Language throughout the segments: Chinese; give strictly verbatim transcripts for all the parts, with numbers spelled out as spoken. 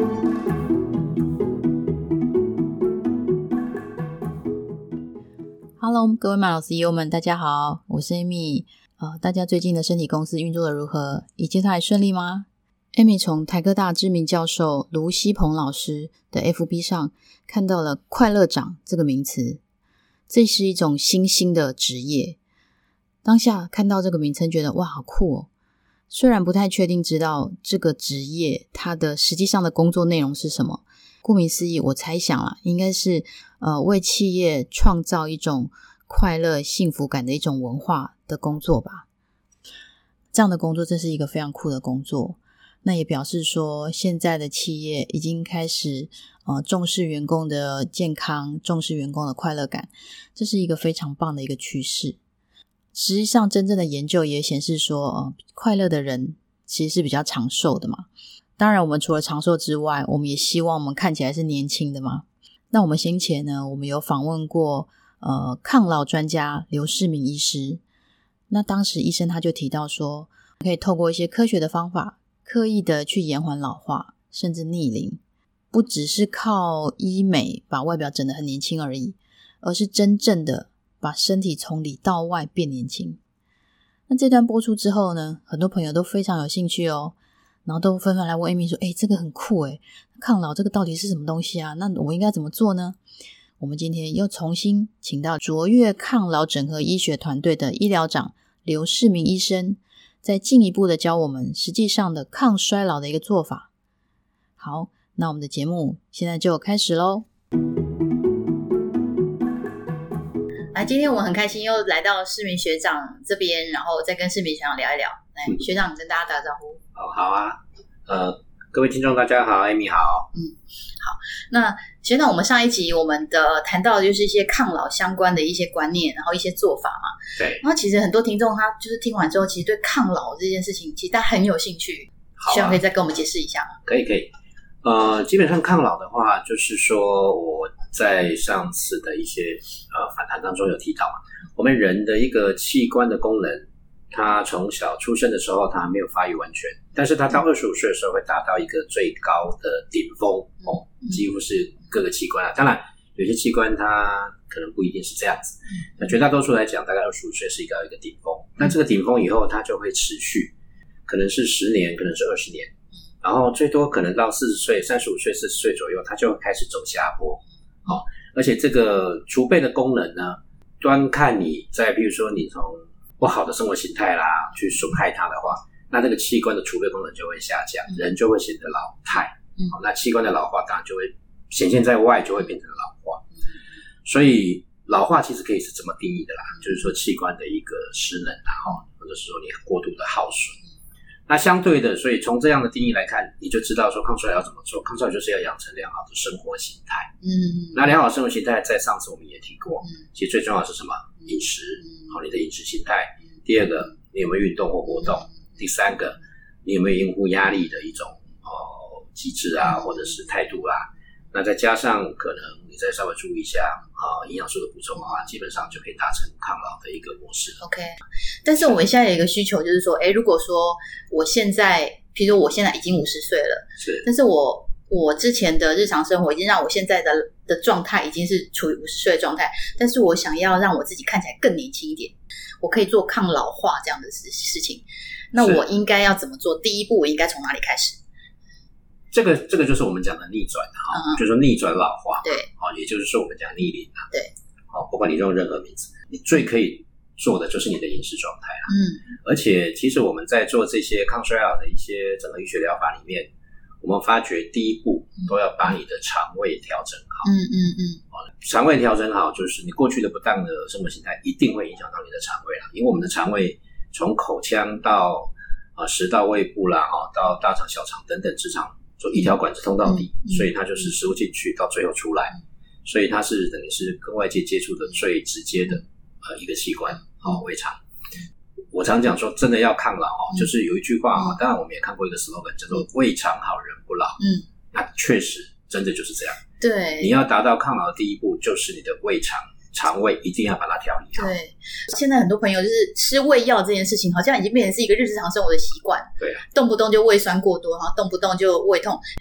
Hello， 各位麦老 C E O 们，大家好，我是 Amy。呃，大家最近的身体公司运作的如何？一切都还顺利吗？ Amy 从台科大知名教授卢锡鹏老师的 F B 上看到了快乐长这个名词，这是一种新兴的职业。当下看到这个名称，觉得哇，好酷哦！虽然不太确定知道这个职业它的实际上的工作内容是什么，顾名思义，我猜想啦，应该是呃为企业创造一种快乐幸福感的一种文化的工作吧。这样的工作真是一个非常酷的工作，那也表示说现在的企业已经开始呃重视员工的健康，重视员工的快乐感，这是一个非常棒的一个趋势。实际上真正的研究也显示说呃快乐的人其实是比较长寿的嘛。当然我们除了长寿之外，我们也希望我们看起来是年轻的嘛。那我们先前呢，我们有访问过呃抗老专家刘世明医师。那当时医生他就提到说，可以透过一些科学的方法，刻意的去延缓老化，甚至逆龄，不只是靠医美把外表整得很年轻而已，而是真正的把身体从里到外变年轻。那这段播出之后呢，很多朋友都非常有兴趣哦，然后都纷纷来问 Amy 说，诶，这个很酷诶，抗老这个到底是什么东西啊？那我应该怎么做呢？我们今天又重新请到卓越抗老整合医学团队的医疗长刘世明医生，再进一步的教我们实际上的抗衰老的一个做法。好，那我们的节目现在就开始咯。来，今天我们很开心又来到世明学长这边，然后再跟世明学长聊一聊。来，嗯、学长你跟大家打个招呼。 哦，好啊，呃，各位听众大家好 ，Amy 好。 嗯，好。那学长，我们上一集我们的谈到的就是一些抗老相关的一些观念，然后一些做法嘛。 对。 然后其实很多听众他就是听完之后，其实对抗老这件事情，其实他很有兴趣。 好啊， 学长可以再跟我们解释一下吗？ 可以，可以。呃，基本上抗老的话，就是说我在上次的一些呃访谈当中有提到嘛，我们人的一个器官的功能，他从小出生的时候他还没有发育完全，但是他到二十五岁的时候会达到一个最高的顶峰哦，几乎是各个器官啊。当然有些器官它可能不一定是这样子，那绝大多数来讲大概二十五岁是一个一个顶峰，那这个顶峰以后它就会持续，可能是十年，可能是二十年，然后最多可能到四十岁、三十五岁、四十岁左右它就会开始走下坡哦。而且这个储备的功能呢，端看你在比如说你从不好的生活形态啦去损害它的话，那这个器官的储备功能就会下降，嗯、人就会显得老态，嗯哦、那器官的老化当然就会显现在外，就会变成老化。嗯、所以老化其实可以是这么定义的啦，就是说器官的一个失能啦，哦、或者是说你过度的耗损。那相对的，所以从这样的定义来看，你就知道说抗衰老要怎么做。抗衰老就是要养成良好的生活形态。嗯，那良好的生活形态在上次我们也提过，嗯、其实最重要的是什么？饮食，好、嗯，你的饮食形态。嗯、第二个，你有没有运动或活动？嗯、第三个，你有没有应付压力的一种哦机制啊，或者是态度啊？那再加上可能你再稍微注意一下啊营养素的补充的话，基本上就可以达成抗老的一个模式。 OK， 但是我们现在有一个需求，就是说，诶，如果说我现在，譬如说我现在已经五十岁了， 是， 但是我我之前的日常生活已经让我现在的的状态已经是处于五十岁的状态，但是我想要让我自己看起来更年轻一点，我可以做抗老化这样的事事情，那我应该要怎么做？第一步我应该从哪里开始？ 这个这个就是我们讲的逆转哈，嗯、就是说逆转老化， 对， 哦，也就是说我们讲逆龄啊， 对， 哦，不管你用任何名字，你最可以做的就是你的饮食状态啦，嗯，而且其实我们在做这些抗衰老的一些整个医学疗法里面，我们发觉第一步都要把你的肠胃调整好，嗯嗯嗯，哦，肠胃调整好，就是你过去的不当的生活形态一定会影响到你的肠胃啦，因为我们的肠胃从口腔到啊、呃、食道、胃部啦，哈、哦，到大肠、小肠等等直肠。就一条管子通到底，嗯嗯、所以它就是食物进去到最后出来，嗯、所以它是等于是跟外界接触的最直接的呃一个器官，好、哦、胃肠。我常讲说，真的要抗老哦，嗯、就是有一句话哈、哦，当然我们也看过一个 slogan 叫做"胃肠好人不老"，嗯，那确实真的就是这样。 对， 你要达到抗老的第一步，就是你的胃肠。肠胃一定要把它调理好。 对，现在很多朋友就是吃胃药这件事情，好像已经变成是一个日常生活的习惯。 对啊， 动不动就胃酸过多，然后动不动就胃痛。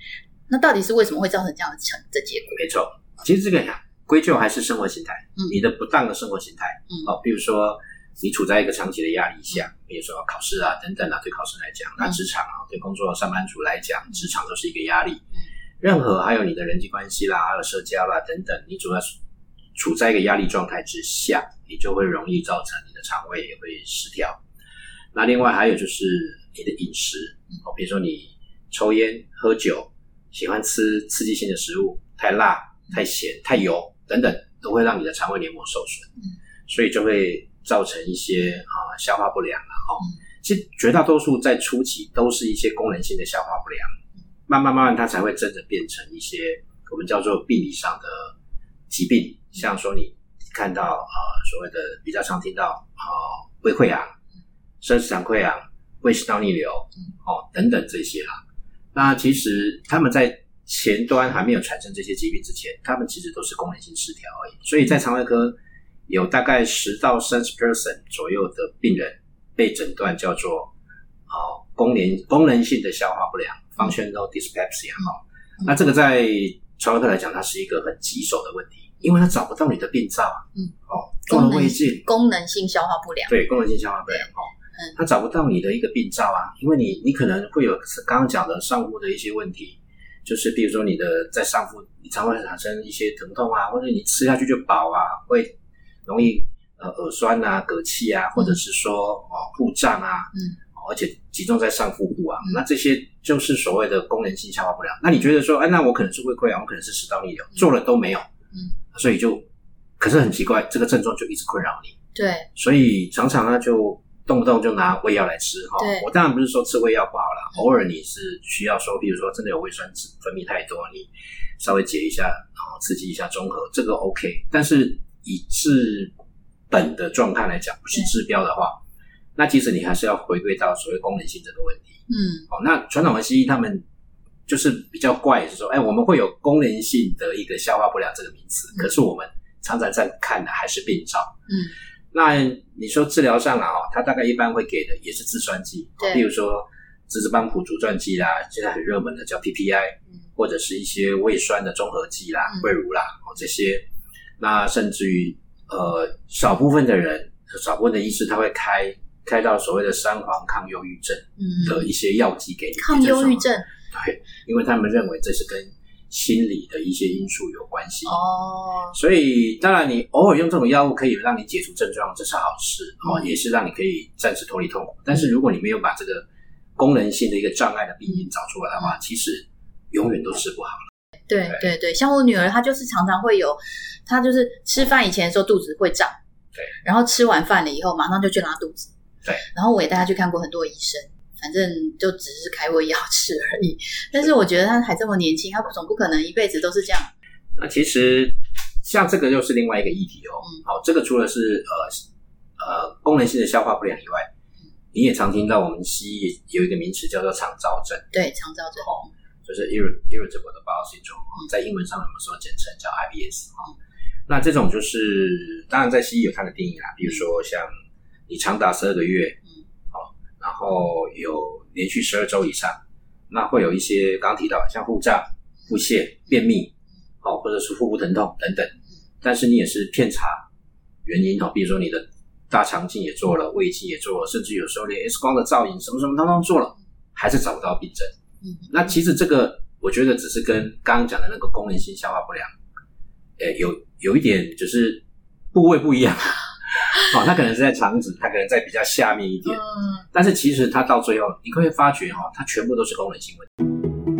那到底是为什么会造成这样的成的结果？ 没错，其实这个归咎还是生活形态，嗯、你的不当的生活形态，嗯，哦，比如说你处在一个长期的压力下，比如说考试啊等等啊，对考生来讲，那职场啊，对工作上班族来讲，职场都是一个压力。任何还有你的人际关系啦，还有社交啦等等，你主要处在一个压力状态之下，你就会容易造成你的肠胃也会失调。那另外还有就是你的饮食，哦，比如说你抽烟、喝酒，喜欢吃刺激性的食物，太辣、太咸、太油等等，都会让你的肠胃黏膜受损，嗯、所以就会造成一些啊、呃、消化不良了哦。嗯、其实绝大多数在初期都是一些功能性的消化不良，慢慢慢慢它才会真的变成一些我们叫做病理上的疾病，像说你看到呃所谓的比较常听到呃胃溃疡、生殖肠溃疡、胃食道逆流哦等等这些啦。那其实他们在前端还没有产生这些疾病之前，他们其实都是功能性失调而已。所以在肠胃科有大概十到三十 percent 左右的病人被诊断叫做呃功能功能性的消化不良 （functional dyspepsia） 哈、哦。那这个在肠胃科来讲，它是一个很棘手的问题，因为它找不到你的病灶，嗯，哦，做了胃镜， 功能性消化不良， 对，功能性消化不良，哦，嗯，它找不到你的一个病灶啊，因为你你可能会有刚刚讲的上腹的一些问题，就是比如说你的在上腹，你常会产生一些疼痛啊，或者你吃下去就饱啊，会容易呃耳酸啊、嗝气啊，或者是说哦腹胀啊，嗯。而且集中在上腹部啊、嗯，那这些就是所谓的功能性消化不良。那你觉得说，哎，那我可能是胃溃疡，我可能是食道逆流，做了都没有，嗯，所以就，可是很奇怪，这个症状就一直困扰你。 对， 所以常常呢就动不动就拿胃药来吃哈。我当然不是说吃胃药不好啦，偶尔你是需要说，比如说真的有胃酸分泌太多，你稍微解一下，刺激一下中和，这个 OK。但是以治本的状态来讲，不是治标的话。那其实你还是要回归到所谓功能性这个问题。嗯，哦，那传统的西医他们就是比较怪，是说，哎，我们会有功能性的一个消化不良这个名词，嗯、可是我们常常在看的还是病灶。嗯，那你说治疗上啊，哦，他大概一般会给的也是制酸剂，对，比如说质子邦普阻断剂啦，现在很热门的叫 P P I，嗯、或者是一些胃酸的综合剂啦，胃乳啦，哦这些，那甚至于呃少部分的人，少部分的医师他会开。开到所谓的三黄抗忧郁症的一些药剂给你。 抗忧郁症， 对，因为他们认为这是跟心理的一些因素有关系。哦，所以当然你偶尔用这种药物可以让你解除症状，这是好事，嗯、哦，也是让你可以暂时脱离痛苦。但是如果你没有把这个功能性的一个障碍的病因找出来的话，嗯、其实永远都治不好了。 对对 对, 对，像我女儿，她就是常常会有，她就是吃饭以前的时候肚子会胀，对，然后吃完饭了以后马上就去拉肚子。 对， 然后我也带他去看过很多医生，反正就只是开胃药吃而已。但是我觉得他还这么年轻，他总不可能一辈子都是这样。 那其实像这个又是另外一个议题哦。嗯，好，这个除了是呃呃功能性的消化不良以外，嗯、你也常听到我们西医有一个名词叫做肠燥症。 对，肠燥症， 哦，就是 irritable bowel syndrome，嗯、在英文上我们说简称叫 I B S 哈、嗯。那这种就是当然在西医有它的定义啦，比如说像。你长达十二个月，嗯，好，然后有连续十二周以上，那会有一些刚刚提到像腹胀、腹泻、便秘，好，或者是腹部疼痛等等，但是你也是遍查原因，比如说你的大肠镜也做了，胃镜也做了，甚至有时候连 X 光的造影什么什么通通做了，还是找不到病症。嗯，那其实这个我觉得只是跟刚刚讲的那个功能性消化不良，诶，有有一点就是部位不一样。哦，它可能是在肠子，它可能在比较下面一点，嗯，但是其实它到最后你会发觉哈、哦，它全部都是功能性问题。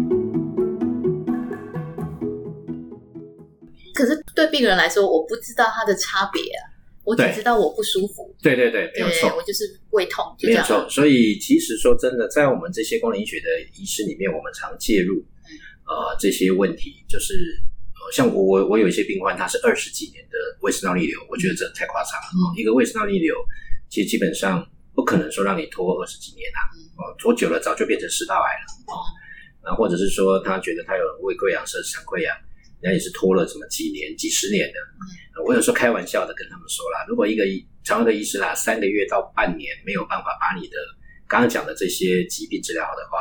可是对病人来说，我不知道它的差别啊，我只知道我不舒服。 对对对，没有错， 我就是胃痛，就这样。 没有错，所以其实说真的，在我们这些功能医学的医师里面，我们常介入呃这些问题，就是。像我我我有一些病患，他是二十几年的胃食道逆流，我觉得这太夸张了。嗯、一个胃食道逆流，其实基本上不可能说让你拖二十几年啦、啊，哦，拖久了早就变成食道癌了。哦，那或者是说他觉得他有胃溃疡、生殖肠溃疡，人家也是拖了什么几年、几十年的。嗯、我有时候开玩笑的跟他们说啦，如果一个肠胃科医师啦，三个月到半年没有办法把你的刚刚讲的这些疾病治疗好的话，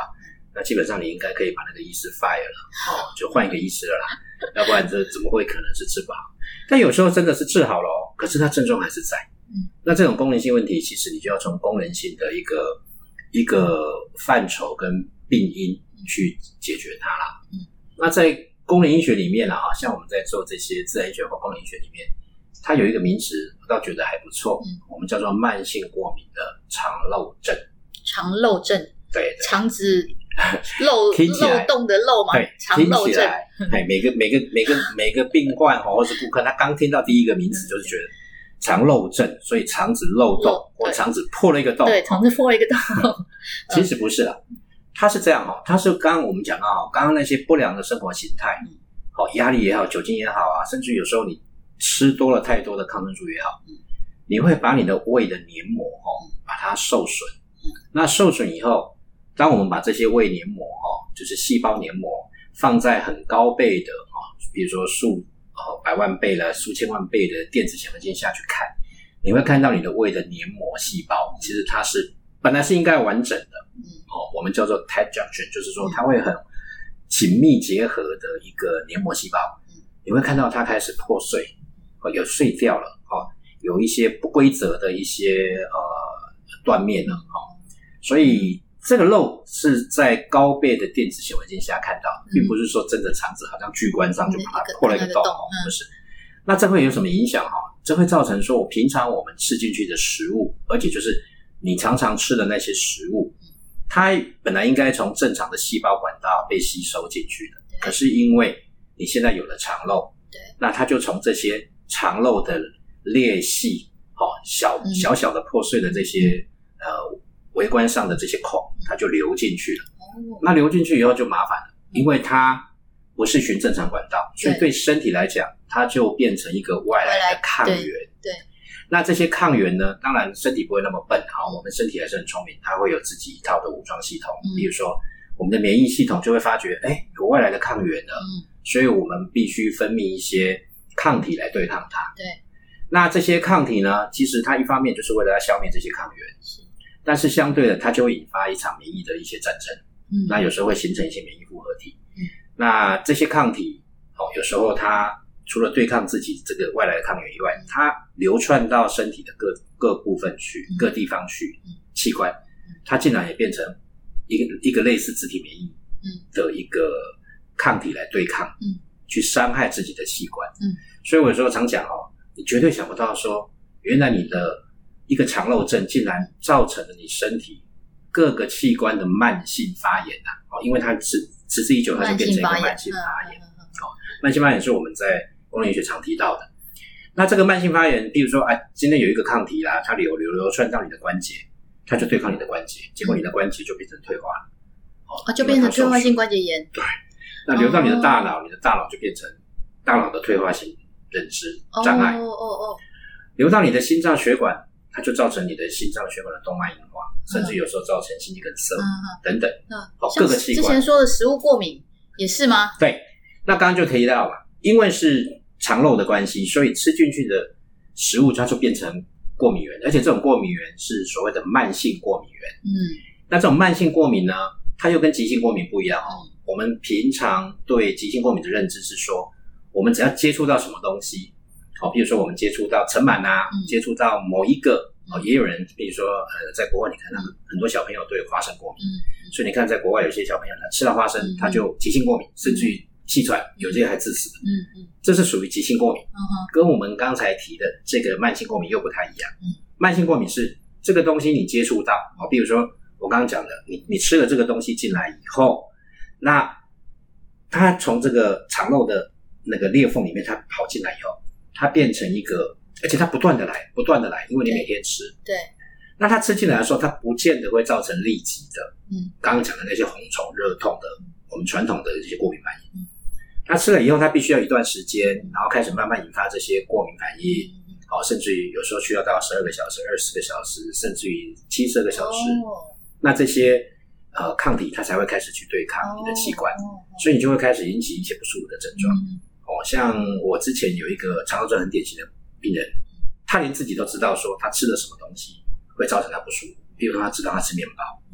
那基本上你应该可以把那个医师 fire 了，哦，就换一个医师了啦，要不然这怎么会可能是治不好？但有时候真的是治好了哦，可是它症状还是在。嗯，那这种功能性问题，其实你就要从功能性的一个一个范畴跟病因去解决它啦。嗯，那在功能医学里面啊，像我们在做这些自然医学或功能医学里面，它有一个名词，我倒觉得还不错，嗯，我们叫做慢性过敏的肠漏症。 肠漏症， 对， 肠子漏漏洞的漏吗？ 对， 肠漏症。 哎，每个每个每个每个病患或是顾客，他刚听到第一个名词就是觉得肠漏症，所以肠子漏洞或肠子破了一个洞。 对，肠子破了一个洞。 其实不是啦，它是这样哈，它是刚刚我们讲到刚刚那些不良的生活形态，好，压力也好，酒精也好啊，甚至有时候你吃多了太多的抗生素也好，你会把你的胃的黏膜哈把它受损。那受损以后，当我们把这些胃黏膜哈，就是细胞黏膜放在很高倍的哈，比如说数呃百万倍了、数千万倍的电子显微镜下去看，你会看到你的胃的黏膜细胞，其实它是本来是应该完整的，哦，我们叫做 tight junction， 就是说它会很紧密结合的一个黏膜细胞，你会看到它开始破碎，哦，有碎掉了，哦，有一些不规则的一些呃断面了，哦，所以这个漏是在高倍的电子显微镜下看到，并不是说真的肠子好像巨观上就把它破了一个洞，不是。那这会有什么影响？这会造成说我平常我们吃进去的食物，而且就是你常常吃的那些食物，它本来应该从正常的细胞管道被吸收进去的，可是因为你现在有了肠漏，那它就从这些肠漏的裂隙，小小小的破碎的这些呃微观上的这些孔，它就流进去了。那流进去以后就麻烦了，因为它不是循正常管道，所以对身体来讲，它就变成一个外来的抗原。 对， 那这些抗原呢，当然身体不会那么笨，好，我们身体还是很聪明，它会有自己一套的武装系统。嗯，比如说我们的免疫系统就会发觉，哎，有外来的抗原了，嗯，所以我们必须分泌一些抗体来对抗它。 对， 那这些抗体呢，其实它一方面就是为了要消灭这些抗原，是，但是相对的，它就会引发一场免疫的一些战争。嗯，那有时候会形成一些免疫复合体。嗯，那这些抗体，哦，有时候它除了对抗自己这个外来的抗原以外，它流窜到身体的各各部分去、嗯、各地方去、嗯、器官，它竟然也变成一个一个类似自体免疫的一个抗体来对抗，嗯，去伤害自己的器官。嗯，所以我有时候常讲哦，你绝对想不到说，原来你的一个肠漏症竟然造成了你身体各个器官的慢性发炎啊！哦，因为它持持之以久，它就变成一个慢性发炎。哦，慢性发炎是我们在功能医学常提到的。那这个慢性发炎，比如说，哎，今天有一个抗体啦，它流流流窜到你的关节，它就对抗你的关节，结果你的关节就变成退化了。 哦，啊、就变成退化性关节炎。 对，那流到你的大脑，哦、你的大脑就变成大脑的退化性认知障碍。 哦哦哦。 流到你的心脏血管，它就造成你的心脏血管的动脉硬化，嗯、甚至有时候造成心肌梗塞、嗯、等等。嗯，哦，各个器官。 之前说的食物过敏也是吗？ 对，那刚刚就提到了，因为是肠漏的关系，所以吃进去的食物它就变成过敏源，而且这种过敏源是所谓的慢性过敏源。嗯，那这种慢性过敏呢，它又跟急性过敏不一样哦。嗯、我们平常对急性过敏的认知是说，我们只要接触到什么东西，哦，比如说我们接触到尘螨啊，嗯、接触到某一个哦，也有人，比如说呃，在国外你看到很多小朋友对花生过敏，嗯、所以你看在国外有些小朋友他吃了花生，嗯、他就急性过敏，甚至于气喘，有些还致死的。嗯嗯，这是属于急性过敏，嗯、跟我们刚才提的这个慢性过敏又不太一样。嗯，慢性过敏是这个东西你接触到，哦，比如说我刚刚讲的，你你吃了这个东西进来以后，那它从这个肠漏的那个裂缝里面它跑进来以后，它变成一个，而且它不断的来，不断的来，因为你每天吃。对。那它吃进来的时候，它不见得会造成立即的，嗯，刚刚讲的那些红肿、热痛的，我们传统的这些过敏反应。嗯，它吃了以后，它必须要一段时间，然后开始慢慢引发这些过敏反应，好、嗯，甚至于有时候需要到十二个小时、二十个小时，甚至于七十二个小时。哦，那这些呃抗体它才会开始去对抗你的器官，哦、所以你就会开始引起一些不舒服的症状。嗯、哦，像我之前有一个肠漏症很典型的病人，他连自己都知道说他吃了什么东西会造成他不舒服，比如说他知道他吃面包，啊，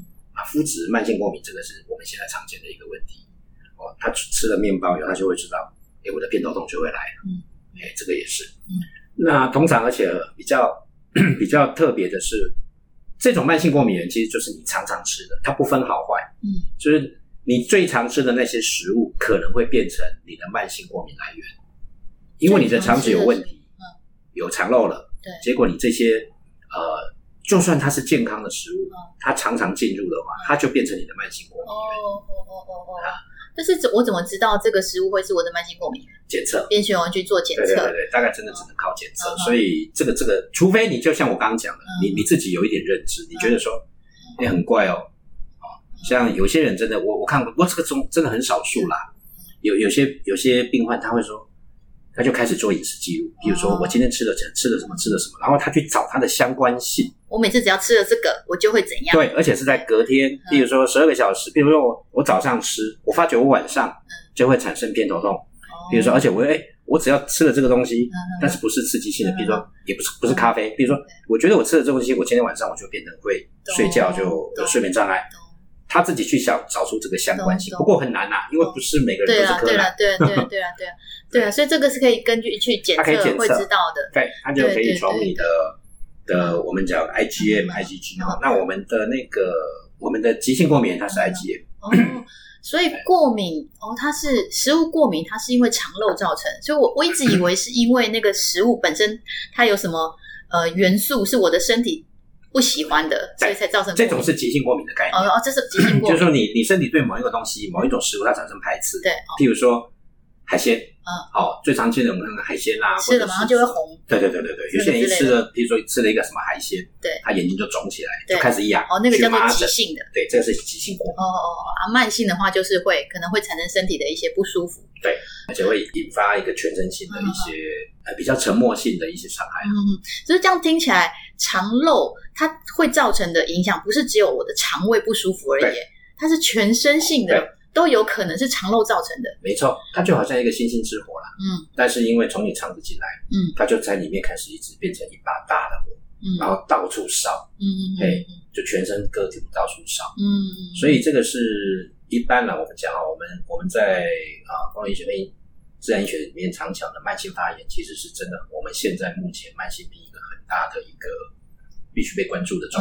麸质慢性过敏，这个是我们现在常见的一个问题。哦，他吃了面包以后，他就会知道，哎，我的偏头痛就会来了。嗯，哎，这个也是。嗯，那通常而且比较比较特别的是，这种慢性过敏原其实就是你常常吃的，它不分好坏。嗯，就是你最常吃的那些食物可能会变成你的慢性过敏来源，因为你的肠子有问题，嗯，有肠漏了，对，结果你这些呃，就算它是健康的食物，嗯，它常常进入的话，它就变成你的慢性过敏源。 哦哦哦哦哦。啊，但是我怎么知道这个食物会是我的慢性过敏源？ 检测， 边学完去做检测， 对对对对，大概真的只能靠检测。嗯，所以这个这个，除非你就像我刚刚讲的，嗯，你你自己有一点认知，你觉得说，哎，嗯，很怪哦，哦，像有些人真的，我我看过，不过这个中真的很少数啦。有有些有些病患他会说，他就开始做饮食记录，比如说我今天吃了吃了什么吃了什么，然后他去找它的相关性。 我每次只要吃了这个，我就会怎样？ 对，而且是在隔天，比如说十二个小时，比如说我我早上吃，我发觉我晚上就会产生偏头痛。比如说，而且我哎，我只要吃了这个东西，但是不是刺激性的，比如说也不是不是咖啡，比如说我觉得我吃了这个东西，我今天晚上我就变得会睡觉就有睡眠障碍。他自己去想找出这个相关性，不过很难啊，因的因为不是每个人都是柯南。 对啊，对啊，对啊，对啊，对啊，对啊，所以这个是可以根据去检测会知道的。 对，他就可以从你的的我们讲 I G M、I G G 哦，那我们的那个我们的急性过敏它是 I G M。 哦，所以过敏哦，它是食物过敏，它是因为肠漏造成，所以我我一直以为是因为那个食物本身它有什么呃元素是我的身体不喜欢的，所以才造成过敏。 这种是急性过敏的概念。 哦哦，这是急性过敏， 就是说你你身体对某一个东西、某一种食物它产生排斥。 对， 哦，譬如说海鲜，嗯，哦，最常见的我们看看海鲜啦， 吃了马上就会红。 对对对对对，有些人一吃了，譬如说吃了一个什么海鲜，对，他眼睛就肿起来，就开始痒。 哦，那个叫做急性的。 对，这个是急性过敏。 哦哦哦，啊，慢性的话就是会可能会产生身体的一些不舒服。 对，而且会引发一个全身性的一些、嗯、呃比较沉默性的一些伤害。 嗯，所以这样听起来，肠漏它会造成的影响不是只有我的肠胃不舒服而已，它是全身性的，都有可能是肠漏造成的。没错，它就好像一个星星之火啦。嗯，但是因为从你肠子进来，嗯，它就在里面开始一直变成一把大的火，嗯，然后到处烧，嗯嗯，嘿，就全身各地到处烧，嗯，所以这个是。一般呢，我们讲啊，我们我们在啊，公共医学跟自然医学里面常讲的慢性发炎，其实是真的，我们现在目前慢性病一个很大的一个必须被关注的重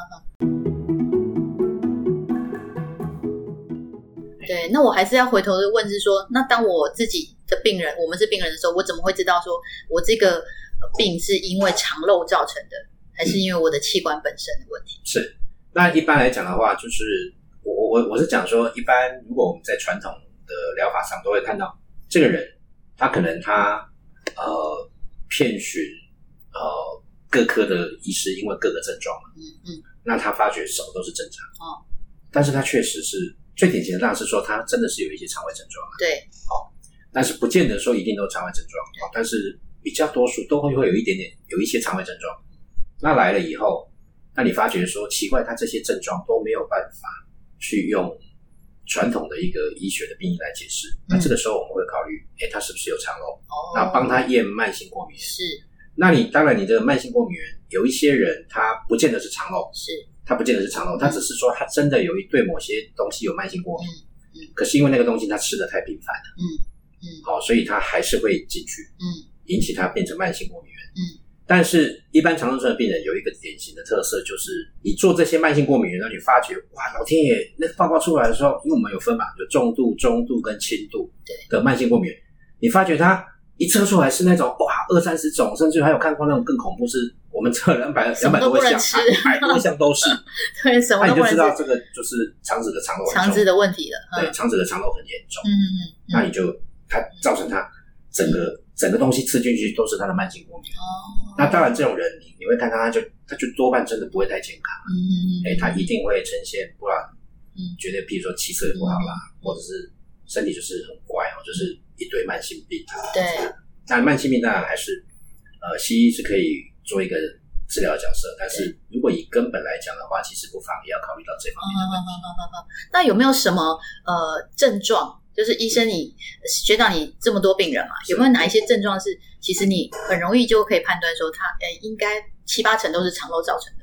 点。对，那我还是要回头的问是说，那当我自己的病人，我们是病人的时候，我怎么会知道说我这个病是因为肠漏造成的，还是因为我的器官本身的问题？ 是，那一般来讲的话，就是。我我我是讲说，一般如果我们在传统的疗法上都会看到，这个人他可能他呃遍寻呃各科的医师，因为各个症状嘛，嗯嗯，那他发觉什么都是正常，哦，但是他确实是最典型的，当然是说他真的是有一些肠胃症状， 对， 哦，但是不见得说一定都是肠胃症状，哦，但是比较多数都会会有一点点有一些肠胃症状，那来了以后，那你发觉说奇怪，他这些症状都没有办法。去用传统的一个医学的定义来解释，嗯，那这个时候我们会考虑，诶，他是不是有肠漏？哦，那帮他验慢性过敏原。 是， 那你当然你这个慢性过敏原，有一些人他不见得是肠漏， 是， 他不见得是肠漏，他只是说他真的有一对某些东西有慢性过敏，嗯嗯，可是因为那个东西他吃的太频繁了，嗯嗯，好，所以他还是会进去，嗯，引起他变成慢性过敏原，嗯。但是，一般肠漏症的病人有一个典型的特色，就是你做这些慢性过敏原，让你发觉，哇，老天爷，那报告出来的时候，因为我们有分嘛，有重度、中度跟轻度的慢性过敏原，你发觉它一测出来是那种哇二三十种，甚至还有看过那种更恐怖，是我们测两百两百多项，一百多项都是， 对，什么都不能吃， 那你就知道这个就是肠子的肠漏很重， 肠子的问题了， 对，肠子的肠漏很严重，嗯嗯嗯，那你就它造成它整个。整个东西吃进去都是他的慢性过敏，哦，那当然这种人你你会看到他就他就多半真的不会太健康，嗯嗯嗯，哎，他一定会呈现不然，嗯，觉得比如说气色也不好啦，嗯，或者是身体就是很怪哦，就是一堆慢性病， 对， 那慢性病当然还是呃西医是可以做一个治疗角色，但是如果以根本来讲的话，其实不妨也要考虑到这方面的问题。 那有没有什么呃症状？就是医生你学长你这么多病人嘛，有没有哪一些症状是其实你很容易就可以判断说他呃应该七八成都是肠漏造成的？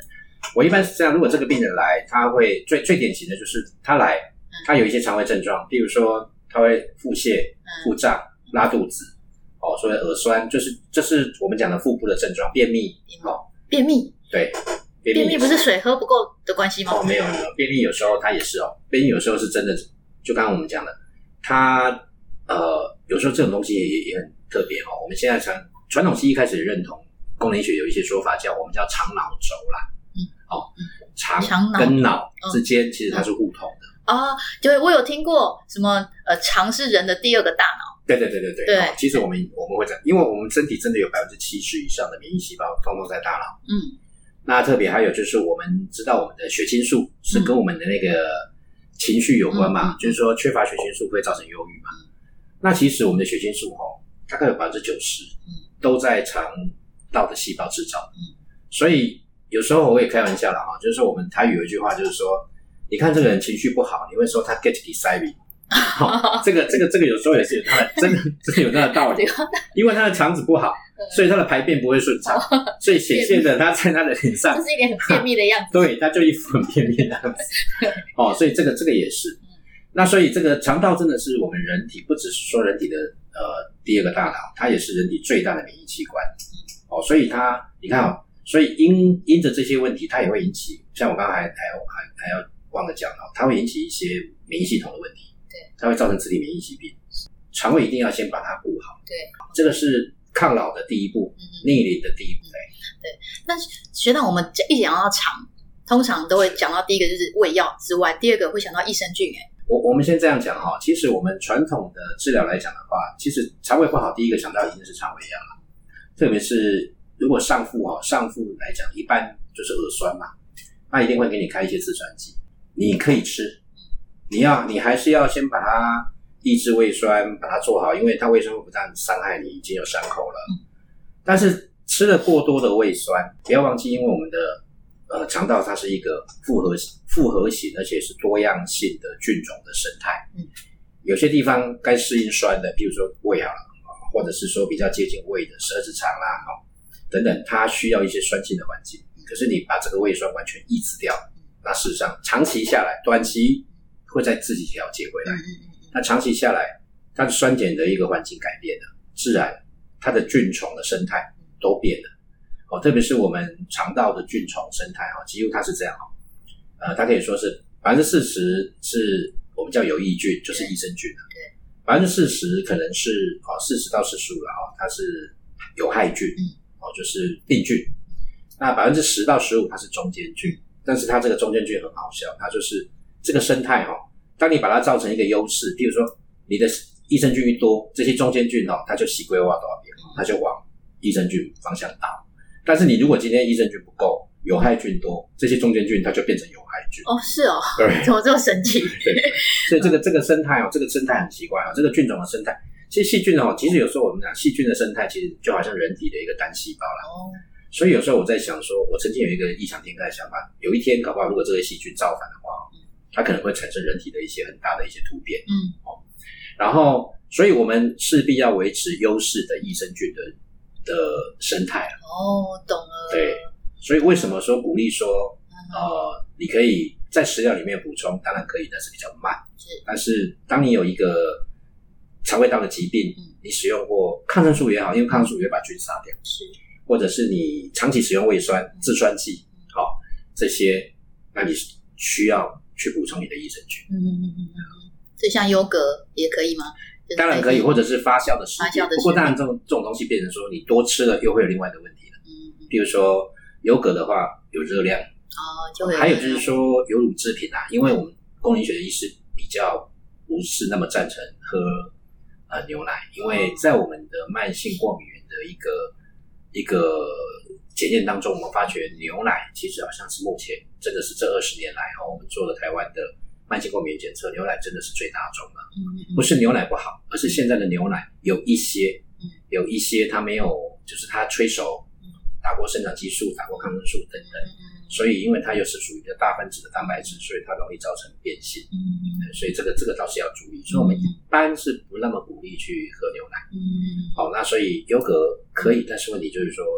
我一般是这样，如果这个病人来，他会最最典型的就是他来，他有一些肠胃症状，比如说他会腹泻、腹胀、拉肚子，哦，所谓耳酸，就是这是我们讲的腹部的症状，便秘，哦， 便秘， 对，便秘, 便秘不是水喝不够的关系吗？ 哦，没有没有，便秘有时候它也是哦，便秘有时候是真的，就刚刚我们讲的，它呃有时候这种东西也也很特别哦。我们现在传传统西医开始认同功能医学有一些说法叫我们叫肠脑轴啦，嗯，哦，肠跟脑之间其实它是互通的。 哦，对，我有听过什么呃，肠是人的第二个大脑。 对对对对对。对哦、其实我们我们会讲，因为我们身体真的有百分之七十以上的免疫细胞通通在大脑。嗯。那特别还有就是我们知道我们的血清素是跟我们的那个情绪有关嘛，嗯、就是说缺乏血清素会造成忧郁嘛。嗯、那其实我们的血清素哦，大概有百分之九十都在肠道的细胞制造。嗯。所以有时候我也开玩笑了哈，就是说我们台语有一句话就是说，你看这个人情绪不好，你会说他 get excited。好，这个这个这个有时候也是有它的真的真的有它的道理，因为他的肠子不好，所以他的排便不会顺畅，所以显现的他在他的脸上， 这是一点很便秘的样子。 对，他就一副很便秘的样子。哦，所以这个这个也是。那所以这个肠道真的是我们人体，不只是说人体的呃第二个大脑，它也是人体最大的免疫器官。哦，所以它你看哦，所以因因着这些问题，它也会引起，像我刚刚还还要还还要忘了讲哦，它会引起一些免疫系统的问题。它会造成自体免疫疾病，肠胃一定要先把它顾好。对，这个是抗老的第一步，嗯、逆龄的第一步。 对，对。那学长，我们一讲到肠，通常都会讲到第一个就是胃药之外，第二个会想到益生菌。哎， 我我们先这样讲哈，其实我们传统的治疗来讲的话，其实肠胃不好，第一个想到一定是肠胃药了。特别是如果上腹哈，上腹来讲，一般就是耳酸嘛，那一定会给你开一些制酸剂，你可以吃。你要，你还是要先把它抑制胃酸，把它做好，因为它胃酸不但伤害你，已经有伤口了。嗯、但是吃了过多的胃酸，不要忘记，因为我们的呃肠道它是一个复合复合型，而且是多样性的菌种的生态。嗯、有些地方该适应酸的，譬如说胃好了，或者是说比较接近胃的十二指肠啦，哦等等，它需要一些酸性的环境。可是你把这个胃酸完全抑制掉，那事实上长期下来，短期会再自己调节回来，嗯嗯嗯、那长期下来，它的酸碱的一个环境改变了，自然它的菌虫的生态都变了。哦，特别是我们肠道的菌虫生态哈，几乎它是这样哈，呃，它可以说是百分之四十是我们叫有益菌，就是益生菌了，对，百分之四十可能是哦四十到四十五了哈，它是有害菌，嗯、哦就是病菌，那百分之十到十五它是中间菌，但是它这个中间菌很好笑，它就是这个生态哈，当你把它造成一个优势，比如说你的益生菌一多，这些中间菌哈，它就西归挖多少边，它就往益生菌方向倒。但是你如果今天益生菌不够，有害菌多，这些中间菌它就变成有害菌。 哦，是哦，对，怎么这么神奇？ 对，所以这个这个生态哦，这个生态很奇怪哦，这个菌种的生态，其实细菌哦，其实有时候我们讲细菌的生态，其实就好像人体的一个单细胞啦。哦。所以有时候我在想说，我曾经有一个异想天开的想法，有一天搞不好如果这个细菌造反的话，它可能会产生人体的一些很大的一些突变。嗯。哦。然后，所以我们势必要维持优势的益生菌的的生态。 哦，懂了。 对。所以为什么说鼓励说，呃，你可以在食疗里面补充，当然可以，但是比较慢。是。但是当你有一个肠胃道的疾病，嗯、你使用过抗生素也好，因为抗生素也会把菌杀掉。是。或者是你长期使用胃酸、制酸剂，好、哦、这些，那你需要去补充你的益生菌。嗯嗯嗯嗯。所以像优格也可以吗？ 就是、当然可以，或者是发酵的食品。不过当然这种这种东西变成说你多吃了又会有另外的问题了。嗯。比如说优格的话有热量。哦，就会有。还有就是说有乳制品啊，因为我们功能学的医师比较不是那么赞成喝呃牛奶，因为在我们的慢性过敏原的一个。一个检验当中，我们发觉牛奶其实好像是目前真的是这二十年来我们做了台湾的慢性过敏原检测，牛奶真的是最大宗的。嗯嗯。不是牛奶不好，而是现在的牛奶有一些，有一些它没有，就是它催熟，打过生长激素，打过抗生素等等，所以因为它又是属于的大分子的蛋白质，所以它容易造成变性。嗯嗯。所以这个这个倒是要注意，所以我们一般是不那么鼓励去喝牛奶。嗯。好，那所以优格可以，但是问题就是说太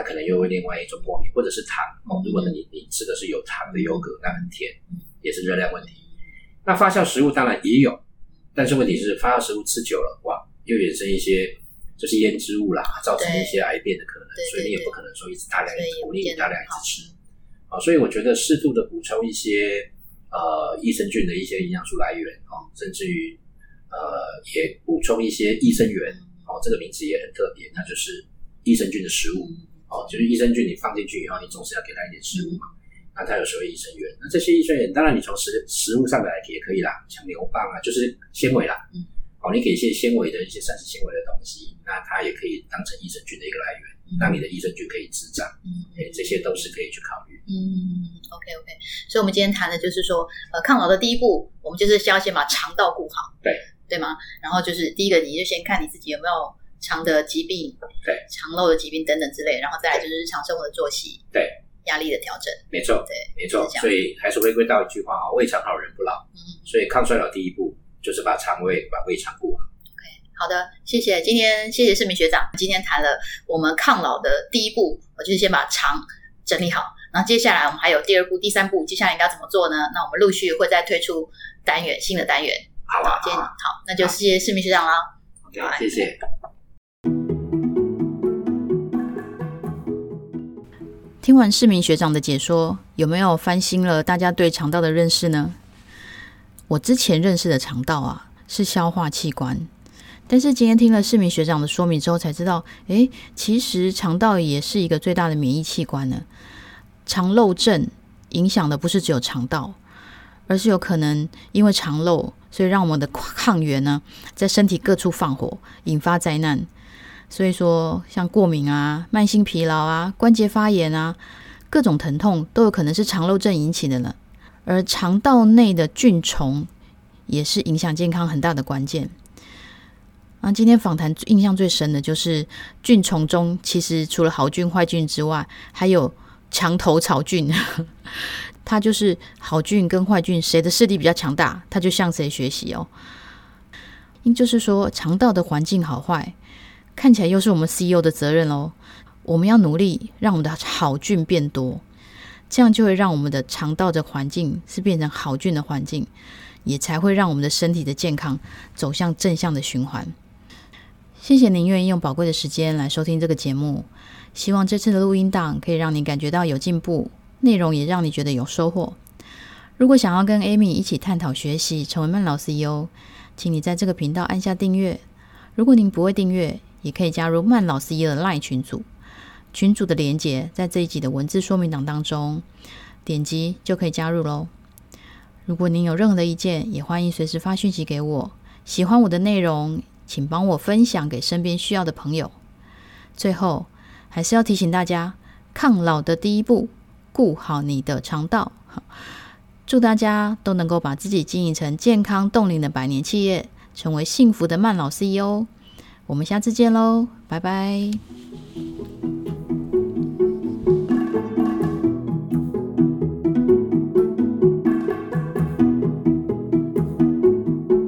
它可能又会另外一种过敏，或者是糖哦。如果你你吃的是有糖的优格，那很甜，也是热量问题。那发酵食物当然也有，但是问题是发酵食物吃久了，哇，又衍生一些就是腌制物啦，造成一些癌变的可能，所以你也不可能说一直大量鼓励你大量一直吃啊。所以我觉得适度的补充一些呃益生菌的一些营养素来源哦，甚至于呃也补充一些益生元哦，这个名词也很特别，它就是益生菌的食物哦，就是益生菌你放进去以后，你总是要给它一点食物嘛。那它有时候益生元，那这些益生元当然你从食食物上来也可以啦，像牛蒡啊，就是纤维啦，嗯，哦，你给一些纤维的一些膳食纤维的东西，那它也可以当成益生菌的一个来源，嗯、让你的益生菌可以滋长，嗯，欸、这些都是可以去考虑。 嗯 ，OK OK， 所以我们今天谈的就是说，呃，抗老的第一步，我们就是先要先把肠道顾好， 对对吗？然后就是第一个，你就先看你自己有没有肠的疾病， 对， 肠漏的疾病等等之类，然后再来就是日常生活的作息， 对。 压力的调整， 没错， 对， 没错，所以还是回归到一句话啊，胃肠好人不老。嗯，所以抗衰老第一步就是把肠胃、把胃肠顾好。 OK， 好的，谢谢。今天谢谢世明学长，今天谈了我们抗老的第一步，我就是先把肠整理好，然后接下来我们还有第二步、第三步，接下来应该怎么做呢？那我们陆续会再推出单元，新的单元。 好啊， 今天好，那就谢谢世明学长啦。 OK， 谢谢。 听完世明学长的解说，有没有翻新了大家对肠道的认识呢？我之前认识的肠道啊，是消化器官，但是今天听了世明学长的说明之后，才知道，诶，其实肠道也是一个最大的免疫器官呢。肠漏症影响的不是只有肠道，而是有可能因为肠漏，所以让我们的抗原呢，在身体各处放火，引发灾难。所以说像过敏啊、慢性疲劳啊、关节发炎啊，各种疼痛都有可能是肠漏症引起的呢。而肠道内的菌虫也是影响健康很大的关键。啊，今天访谈印象最深的就是菌虫中其实除了好菌坏菌之外，还有墙头草菌它就是好菌跟坏菌谁的势力比较强大，它就向谁学习哦。因就是说肠道的环境好坏看起来又是我们 C E O 的责任咯，我们要努力让我们的好菌变多，这样就会让我们的肠道的环境是变成好菌的环境，也才会让我们的身体的健康走向正向的循环。谢谢您愿意用宝贵的时间来收听这个节目，希望这次的录音档可以让你感觉到有进步，内容也让你觉得有收获。如果想要跟 Amy 一起探讨学习成为慢老 C E O， 请你在这个频道按下订阅。如果您不会订阅，也可以加入慢老 C E O 的 LINE 群组，群组的连结在这一集的文字说明档当中，点击就可以加入咯。如果您有任何的意见，也欢迎随时发讯息给我。喜欢我的内容，请帮我分享给身边需要的朋友。最后，还是要提醒大家，抗老的第一步，顾好你的肠道。祝大家都能够把自己经营成健康冻龄的百年企业，成为幸福的慢老 C E O。我们下次见喽，拜拜。